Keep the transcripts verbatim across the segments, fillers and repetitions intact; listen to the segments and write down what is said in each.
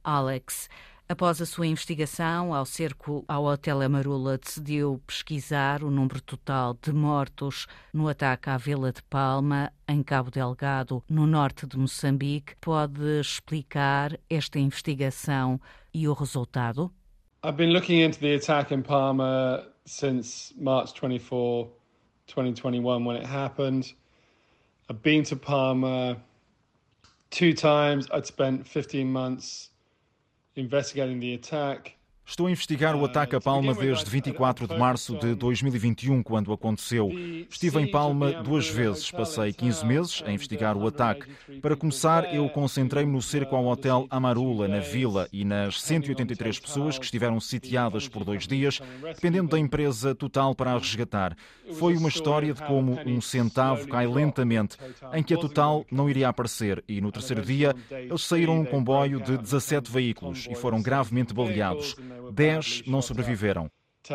Alex. Após a sua investigação ao cerco ao Hotel Amarula, decidiu pesquisar o número total de mortos no ataque à Vila de Palma, em Cabo Delgado, no norte de Moçambique. Pode explicar esta investigação e o resultado? I've been looking into the attack in Palma since March twenty-fourth, twenty twenty-one, when it happened. I've been to Palma two times. I'd spent fifteen months investigating the attack. Estou a investigar o ataque a Palma desde vinte e quatro de março de dois mil e vinte e um, quando aconteceu. Estive em Palma duas vezes, passei quinze meses a investigar o ataque. Para começar, eu concentrei-me no cerco ao Hotel Amarula, na vila, e nas cento e oitenta e três pessoas que estiveram sitiadas por dois dias, dependendo da empresa Total para a resgatar. Foi uma história de como um centavo cai lentamente, em que a Total não iria aparecer, e no terceiro dia eles saíram num comboio de dezassete veículos e foram gravemente baleados. Dez não sobreviveram.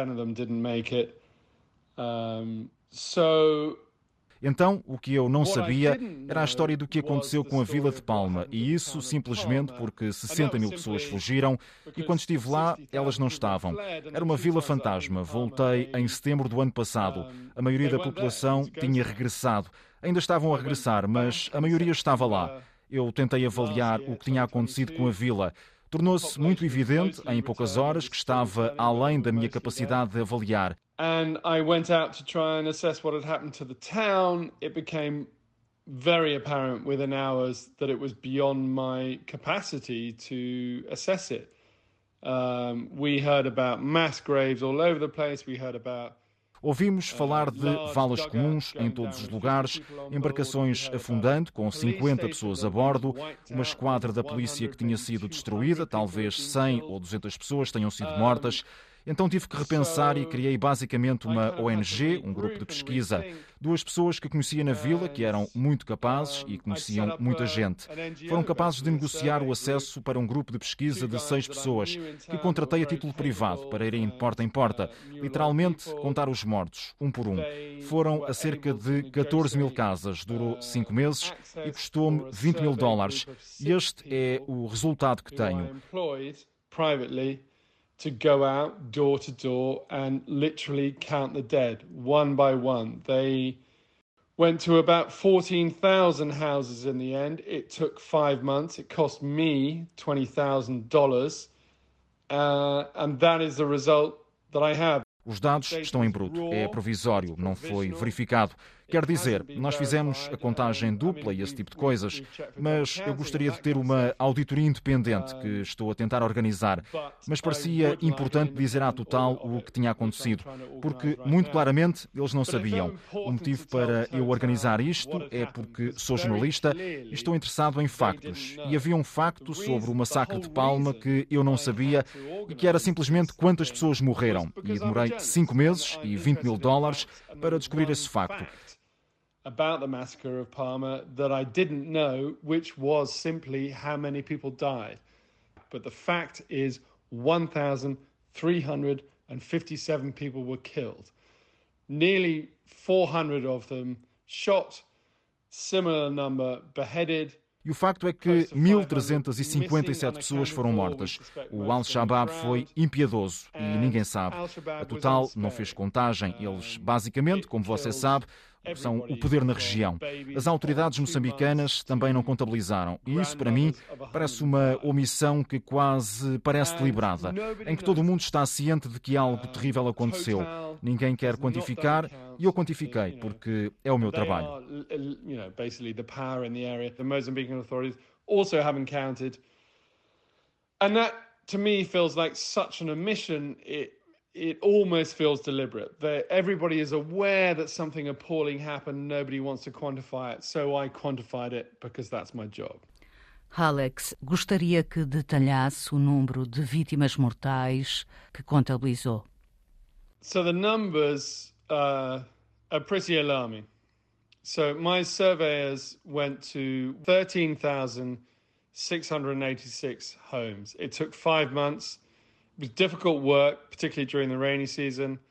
Então, o que eu não sabia era a história do que aconteceu com a Vila de Palma, e isso simplesmente porque sessenta mil pessoas fugiram e quando estive lá, elas não estavam. Era uma vila fantasma. Voltei em setembro do ano passado. A maioria da população tinha regressado. Ainda estavam a regressar, mas a maioria estava lá. Eu tentei avaliar o que tinha acontecido com a vila. Tornou-se muito evidente, em poucas horas, que estava além da minha capacidade de avaliar. And I went out to try and assess what had happened to the town. It became very apparent within hours that it was beyond my capacity to assess it. Um, we heard about mass graves all over the place. We heard about Ouvimos falar de valas comuns em todos os lugares, embarcações afundando com cinquenta pessoas a bordo, uma esquadra da polícia que tinha sido destruída, talvez cem ou duzentas pessoas tenham sido mortas. Então tive que repensar e criei basicamente uma O N G, um grupo de pesquisa. Duas pessoas que conhecia na vila, que eram muito capazes e conheciam muita gente. Foram capazes de negociar o acesso para um grupo de pesquisa de seis pessoas, que contratei a título privado para irem de porta em porta, literalmente contar os mortos, um por um. Foram a cerca de catorze mil casas, durou cinco meses e custou-me vinte mil dólares. E este é o resultado que tenho. To go out door to door and literally count the dead one by one. They went to about fourteen thousand houses in the end. It took five months. It cost me twenty thousand dollars. Uh, and that is the result that I have. Os dados estão em bruto, é provisório, não foi verificado. Quer dizer, nós fizemos a contagem dupla e esse tipo de coisas, mas eu gostaria de ter uma auditoria independente que estou a tentar organizar. Mas parecia importante dizer à Total o que tinha acontecido, porque muito claramente eles não sabiam. O motivo para eu organizar isto é porque sou jornalista e estou interessado em factos. E havia um facto sobre o massacre de Palma que eu não sabia e que era simplesmente quantas pessoas morreram. E demorei cinco meses e vinte mil dólares para descobrir esse facto. About the massacre of Palma that I didn't know, which was simply how many people died. But the fact is one thousand three hundred fifty-seven people were killed. Nearly four hundred of them shot, similar number beheaded. E o facto é que mil trezentas e cinquenta e sete pessoas foram mortas. O Al-Shabaab foi impiedoso e ninguém sabe. A Total não fez contagem. Eles, basicamente, como você sabe, são o poder na região. As autoridades moçambicanas também não contabilizaram. E isso, para mim, parece uma omissão que quase parece deliberada, em que todo o mundo está ciente de que algo terrível aconteceu. Ninguém quer quantificar e eu quantifiquei, porque é o meu trabalho. And that, to me, feels like such an omission. It It almost feels deliberate. That everybody is aware that something appalling happened. Nobody wants to quantify it. So I quantified it because that's my job. Alex, gostaria que detalhasse o número de vítimas mortais que contabilizou. So the numbers uh, are pretty alarming. So my surveyors went to thirteen thousand six hundred eighty-six homes. It took five months. It was difficult work, particularly during the rainy season.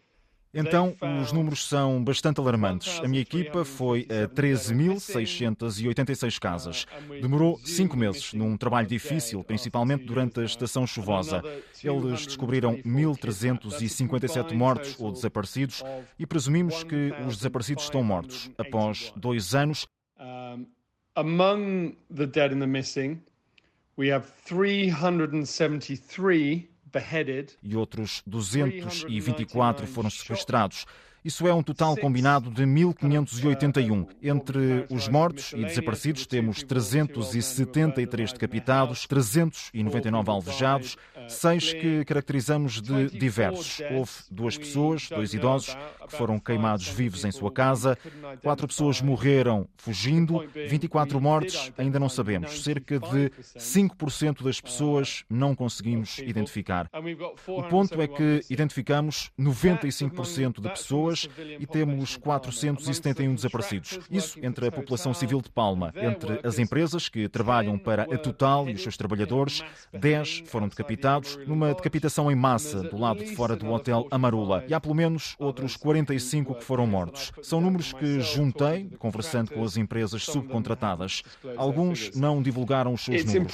Então, os números são bastante alarmantes. A minha equipa foi a treze mil seiscentas e oitenta e seis casas. Demorou cinco meses, num trabalho difícil, principalmente durante a estação chuvosa. Eles descobriram mil trezentos e cinquenta e sete mortos ou desaparecidos e presumimos que os desaparecidos estão mortos. Após dois anos... Um, among the dead and the missing, we have three hundred seventy-three beheaded, e outros duzentos e vinte e quatro foram sequestrados. Isso é um total combinado de mil quinhentos e oitenta e um. Entre os mortos e desaparecidos temos trezentos e setenta e três decapitados, trezentos e noventa e nove alvejados, seis que caracterizamos de diversos. Houve duas pessoas, dois idosos, que foram queimados vivos em sua casa, quatro pessoas morreram fugindo, vinte e quatro mortes ainda não sabemos. Cerca de cinco por cento das pessoas não conseguimos identificar. O ponto é que identificamos noventa e cinco por cento de pessoas e temos quatrocentos e setenta e um desaparecidos. Isso entre a população civil de Palma. Entre as empresas que trabalham para a Total e os seus trabalhadores, dez foram decapitados numa decapitação em massa do lado de fora do Hotel Amarula. E há pelo menos outros quarenta e cinco que foram mortos. São números que juntei conversando com as empresas subcontratadas. Alguns não divulgaram os seus números.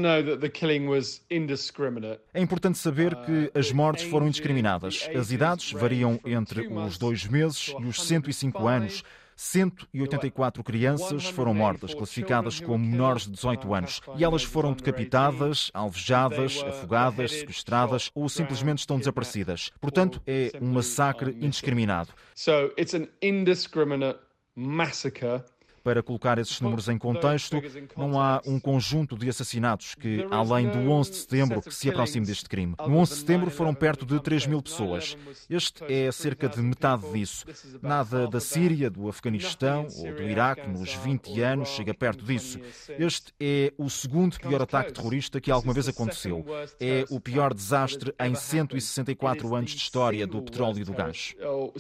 É importante saber que as mortes foram indiscriminadas. As idades variam entre os dois meses e os cento e cinco anos. cento e oitenta e quatro crianças foram mortas, classificadas como menores de dezoito anos. E elas foram decapitadas, alvejadas, afogadas, sequestradas ou simplesmente estão desaparecidas. Portanto, é um massacre indiscriminado. So it's an indiscriminate massacre. Para colocar esses números em contexto, não há um conjunto de assassinatos que, além do onze de setembro, que se aproxime deste crime. No onze de setembro foram perto de três mil pessoas. Este é cerca de metade disso. Nada da Síria, do Afeganistão ou do Iraque nos vinte anos chega perto disso. Este é o segundo pior ataque terrorista que alguma vez aconteceu. É o pior desastre em cento e sessenta e quatro anos de história do petróleo e do gás.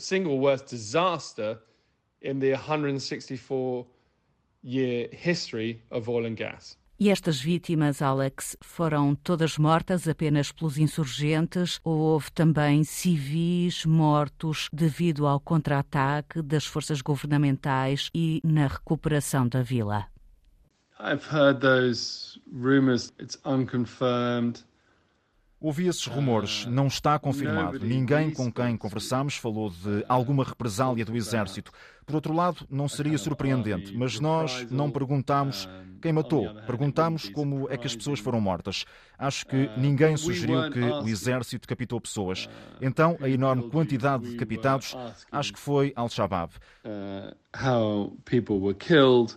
In the one hundred sixty-four year history of oil and gas. E estas vítimas, Alex, foram todas mortas apenas pelos insurgentes ou houve também civis mortos devido ao contra-ataque das forças governamentais e na recuperação da vila? I've heard those rumors. It's unconfirmed. Ouvi esses rumores, não está confirmado. Ninguém com quem conversámos falou de alguma represália do exército. Por outro lado, não seria surpreendente, mas nós não perguntámos quem matou. Perguntámos como é que as pessoas foram mortas. Acho que ninguém sugeriu que o exército decapitou pessoas. Então, a enorme quantidade de decapitados, acho que foi Al-Shabaab. How people were killed.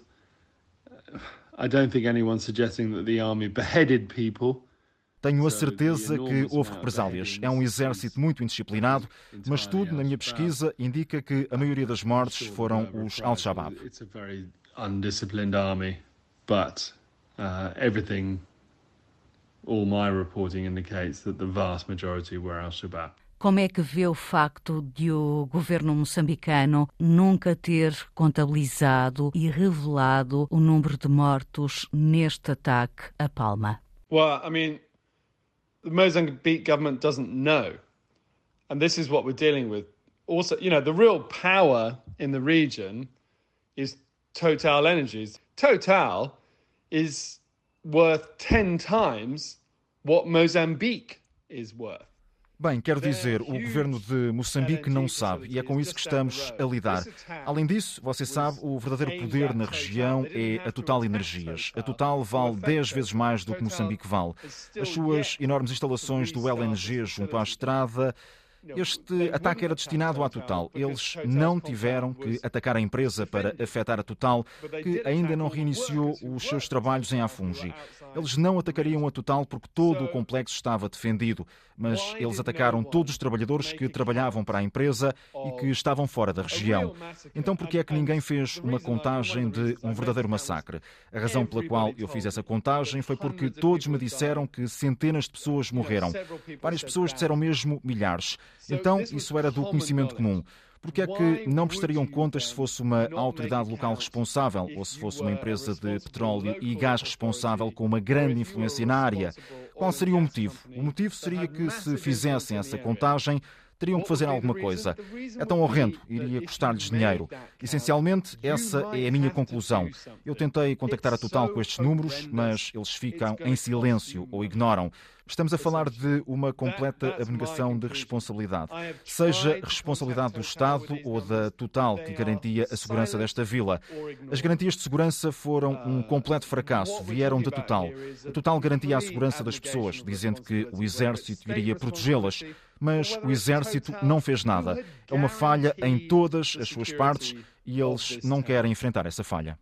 I don't think anyone's suggesting that the army beheaded people. Tenho a certeza que houve represálias. É um exército muito indisciplinado, mas tudo na minha pesquisa indica que a maioria das mortes foram os Al-Shabaab. It's a very undisciplined army, but uh, everything, all my reporting indicates that the vast majority were Al-Shabaab. Como é que vê o facto de o governo moçambicano nunca ter contabilizado e revelado o número de mortos neste ataque a Palma? Well, I mean, the Mozambique government doesn't know. And this is what we're dealing with. Also, you know, the real power in the region is Total Energies. Total is worth ten times what Mozambique is worth. Bem, quero dizer, o governo de Moçambique não sabe e é com isso que estamos a lidar. Além disso, você sabe, o verdadeiro poder na região é a Total Energias. A Total vale dez vezes mais do que Moçambique vale. As suas enormes instalações do L N G junto à estrada... Este ataque era destinado à Total. Eles não tiveram que atacar a empresa para afetar a Total, que ainda não reiniciou os seus trabalhos em Afungi. Eles não atacariam a Total porque todo o complexo estava defendido, mas eles atacaram todos os trabalhadores que trabalhavam para a empresa e que estavam fora da região. Então, por que é que ninguém fez uma contagem de um verdadeiro massacre? A razão pela qual eu fiz essa contagem foi porque todos me disseram que centenas de pessoas morreram. Várias pessoas disseram mesmo milhares. Então, isso era do conhecimento comum. Porque é que não prestariam contas se fosse uma autoridade local responsável ou se fosse uma empresa de petróleo e gás responsável com uma grande influência na área? Qual seria o motivo? O motivo seria que, se fizessem essa contagem, Teriam que fazer alguma coisa. É tão horrendo, iria custar-lhes dinheiro. Essencialmente, essa é a minha conclusão. Eu tentei contactar a Total com estes números, mas eles ficam em silêncio ou ignoram. Estamos a falar de uma completa abnegação de responsabilidade. Seja responsabilidade do Estado ou da Total que garantia a segurança desta vila. As garantias de segurança foram um completo fracasso, vieram da Total. A Total garantia a segurança das pessoas, dizendo que o Exército iria protegê-las. Mas o Exército não fez nada. É uma falha em todas as suas partes e eles não querem enfrentar essa falha.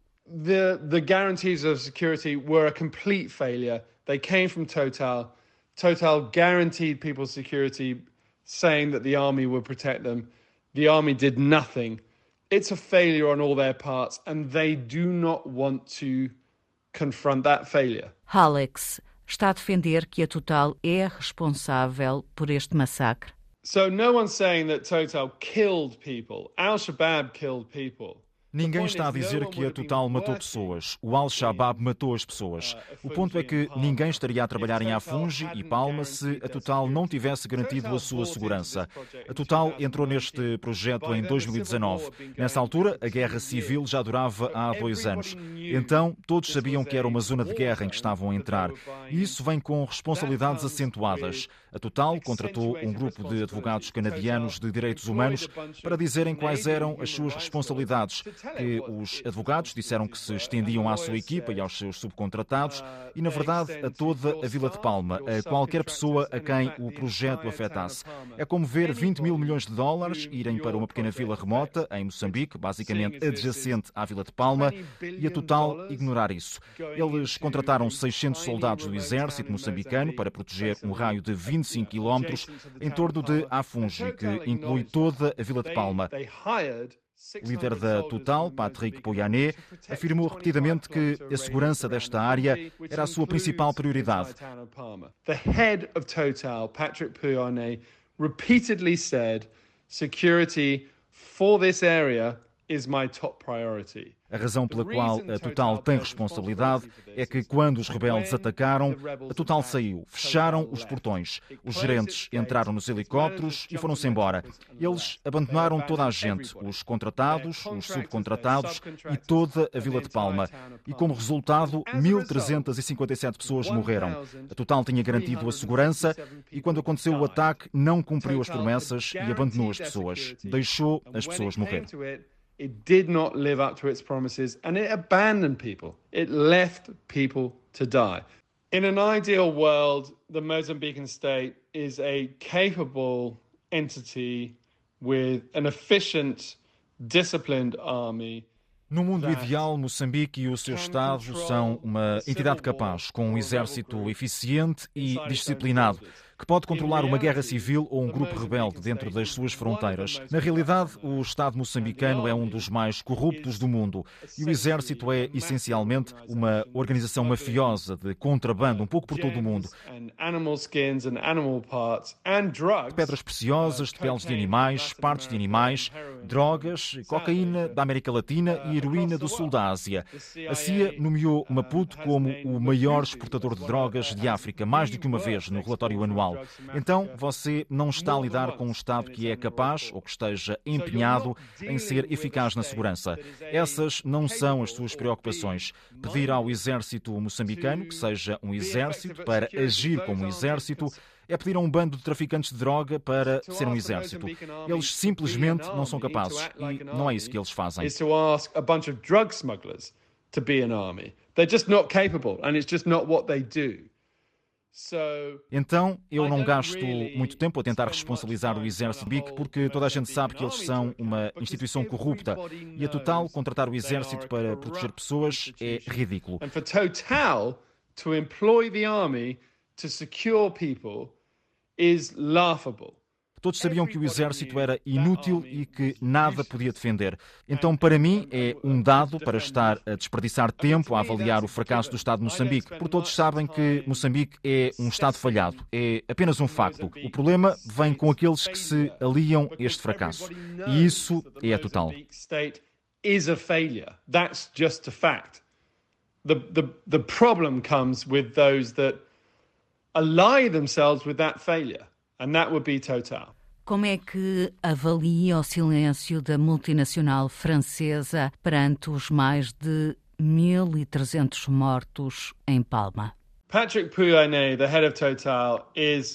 The, the guarantees of security were a complete failure. They came from Total. Total guaranteed people's security, saying that the army would protect them. The army did nothing. It's a failure on all their parts, and they do not want to confront that failure. Alex está a defender que a Total é responsável por este massacre. So no one's saying that Total killed people. Al-Shabaab killed people. Ninguém está a dizer que a Total matou pessoas. O Al-Shabaab matou as pessoas. O ponto é que ninguém estaria a trabalhar em Afungi e Palma se a Total não tivesse garantido a sua segurança. A Total entrou neste projeto em dois mil e dezanove. Nessa altura, a guerra civil já durava há dois anos. Então, todos sabiam que era uma zona de guerra em que estavam a entrar. E isso vem com responsabilidades acentuadas. A Total contratou um grupo de advogados canadianos de direitos humanos para dizerem quais eram as suas responsabilidades, que os advogados disseram que se estendiam à sua equipa e aos seus subcontratados e, na verdade, a toda a Vila de Palma, a qualquer pessoa a quem o projeto afetasse. É como ver vinte mil milhões de dólares irem para uma pequena vila remota, em Moçambique, basicamente adjacente à Vila de Palma, e a Total ignorar isso. Eles contrataram seiscentos soldados do exército moçambicano para proteger um raio de vinte e cinco quilómetros em torno de Afungi, que inclui toda a Vila de Palma. O líder da Total, Patrick Pouyanné, afirmou repetidamente que a segurança desta área era a sua principal prioridade. The head of Total, Patrick Pouyanné, repeatedly said, "Security for this area is my top priority." A razão pela qual a Total tem responsabilidade é que, quando os rebeldes atacaram, a Total saiu, fecharam os portões. Os gerentes entraram nos helicópteros e foram-se embora. Eles abandonaram toda a gente, os contratados, os subcontratados e toda a Vila de Palma. E, como resultado, mil trezentas e cinquenta e sete pessoas morreram. A Total tinha garantido a segurança e, quando aconteceu o ataque, não cumpriu as promessas e abandonou as pessoas. Deixou as pessoas morrer. It did not live up to its promises and it abandoned people. It left people to die. In an ideal world, the Mozambican state is a capable entity with an efficient, disciplined army. No mundo ideal, Moçambique e o seu Estado são uma entidade capaz, com um exército eficiente e disciplinado, que pode controlar uma guerra civil ou um grupo rebelde dentro das suas fronteiras. Na realidade, o Estado moçambicano é um dos mais corruptos do mundo e o exército é, essencialmente, uma organização mafiosa de contrabando um pouco por todo o mundo. De pedras preciosas, de peles de animais, partes de animais, drogas, cocaína da América Latina e heroína do sul da Ásia. A C I A nomeou Maputo como o maior exportador de drogas de África, mais do que uma vez no relatório anual. Então, você não está a lidar com um Estado que é capaz ou que esteja empenhado em ser eficaz na segurança. Essas não são as suas preocupações. Pedir ao exército moçambicano que seja um exército para agir como um exército é pedir a um bando de traficantes de droga para ser um exército. Eles simplesmente não são capazes e não é isso que eles fazem. Então, eu não gasto muito tempo a tentar responsabilizar o exército B I C porque toda a gente sabe que eles são uma instituição corrupta e a Total contratar o exército para proteger pessoas é ridículo. And for Total to employ the army to secure people is laughable. Todos sabiam que o exército era inútil e que nada podia defender. Então, para mim, é um dado para estar a desperdiçar tempo a avaliar o fracasso do Estado de Moçambique, porque todos sabem que Moçambique é um Estado falhado. É apenas um facto. O problema vem com aqueles que se aliam a este fracasso. E isso é a Total. Is a failure. That's just a fact. The, the, the problem comes with those that ally themselves with that failure. And that would be Total. Como é que avalia o silêncio da multinacional francesa perante os mais de mil e trezentos mortos em Palma? Patrick Pouyanné, the head of Total, is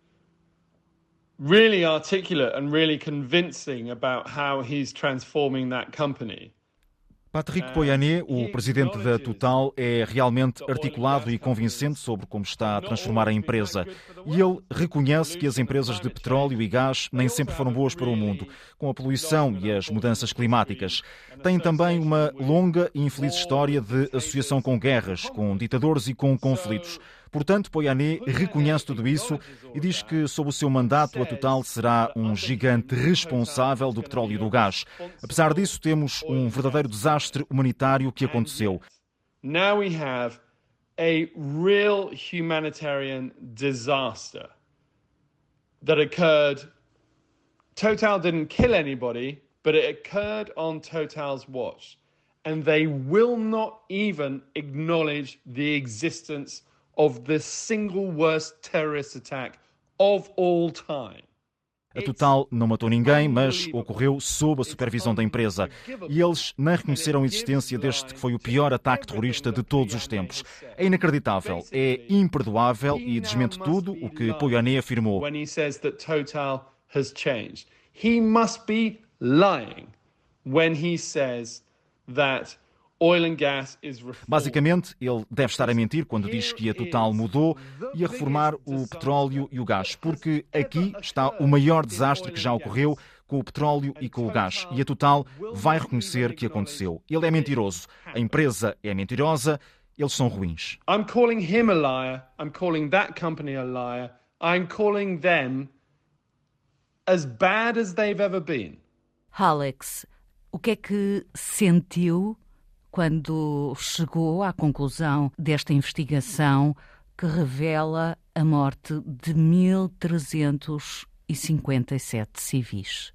really articulate and really convincing about how he's transforming that company. Patrick Pouyanné, o presidente da Total, é realmente articulado e convincente sobre como está a transformar a empresa. E ele reconhece que as empresas de petróleo e gás nem sempre foram boas para o mundo, com a poluição e as mudanças climáticas. Tem também uma longa e infeliz história de associação com guerras, com ditadores e com conflitos. Portanto, Pouyanné reconhece tudo isso e diz que, sob o seu mandato, a Total será um gigante responsável do petróleo e do gás. Apesar disso, temos um verdadeiro desastre humanitário que aconteceu. Now we have a real humanitarian disaster that occurred. Total didn't kill anybody, but it occurred on Total's watch. And they will not even acknowledge the existence of the single worst terrorist attack of all time. A Total não matou ninguém, mas ocorreu sob a supervisão da empresa. E eles nem reconheceram a existência deste que foi o pior ataque terrorista de todos os tempos. É inacreditável, é imperdoável e desmente tudo o que Pouyanné afirmou. When he says that Total has changed, he must be lying when he says that oil and gas is reformed. Basicamente, ele deve estar a mentir quando diz que a Total mudou e a reformar o petróleo e o gás, porque aqui está o maior desastre que já ocorreu com o petróleo e com o gás. E a Total vai reconhecer que aconteceu. Ele é mentiroso, a empresa é mentirosa, eles são ruins. I'm calling him a liar, I'm calling that company a liar, I'm calling them as bad as they've ever been. Alex, o que é que sentiu quando chegou à conclusão desta investigação que revela a morte de mil trezentos e cinquenta e sete civis?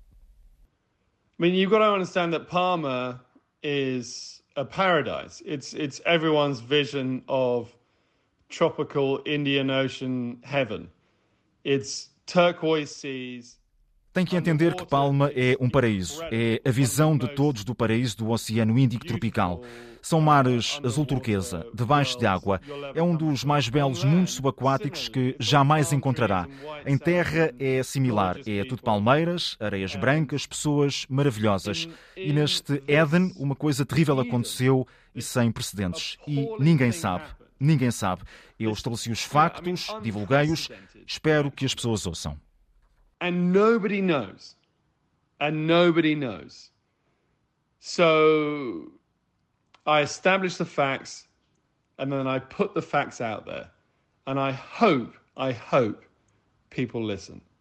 I mean, you've got to understand that Palma is a paradise. It's it's everyone's vision of tropical Indian Ocean heaven. It's turquoise seas. Tem que entender que Palma é um paraíso. É a visão de todos do paraíso do Oceano Índico tropical. São mares azul turquesa, debaixo de água. É um dos mais belos mundos subaquáticos que jamais encontrará. Em terra é similar. É tudo palmeiras, areias brancas, pessoas maravilhosas. E neste Éden uma coisa terrível aconteceu e sem precedentes. E ninguém sabe. Ninguém sabe. Eu estabeleci os factos, divulguei-os. Espero que as pessoas ouçam. And nobody knows. And nobody knows. So I established the facts and then I put the facts out there. And I hope, I hope people listen.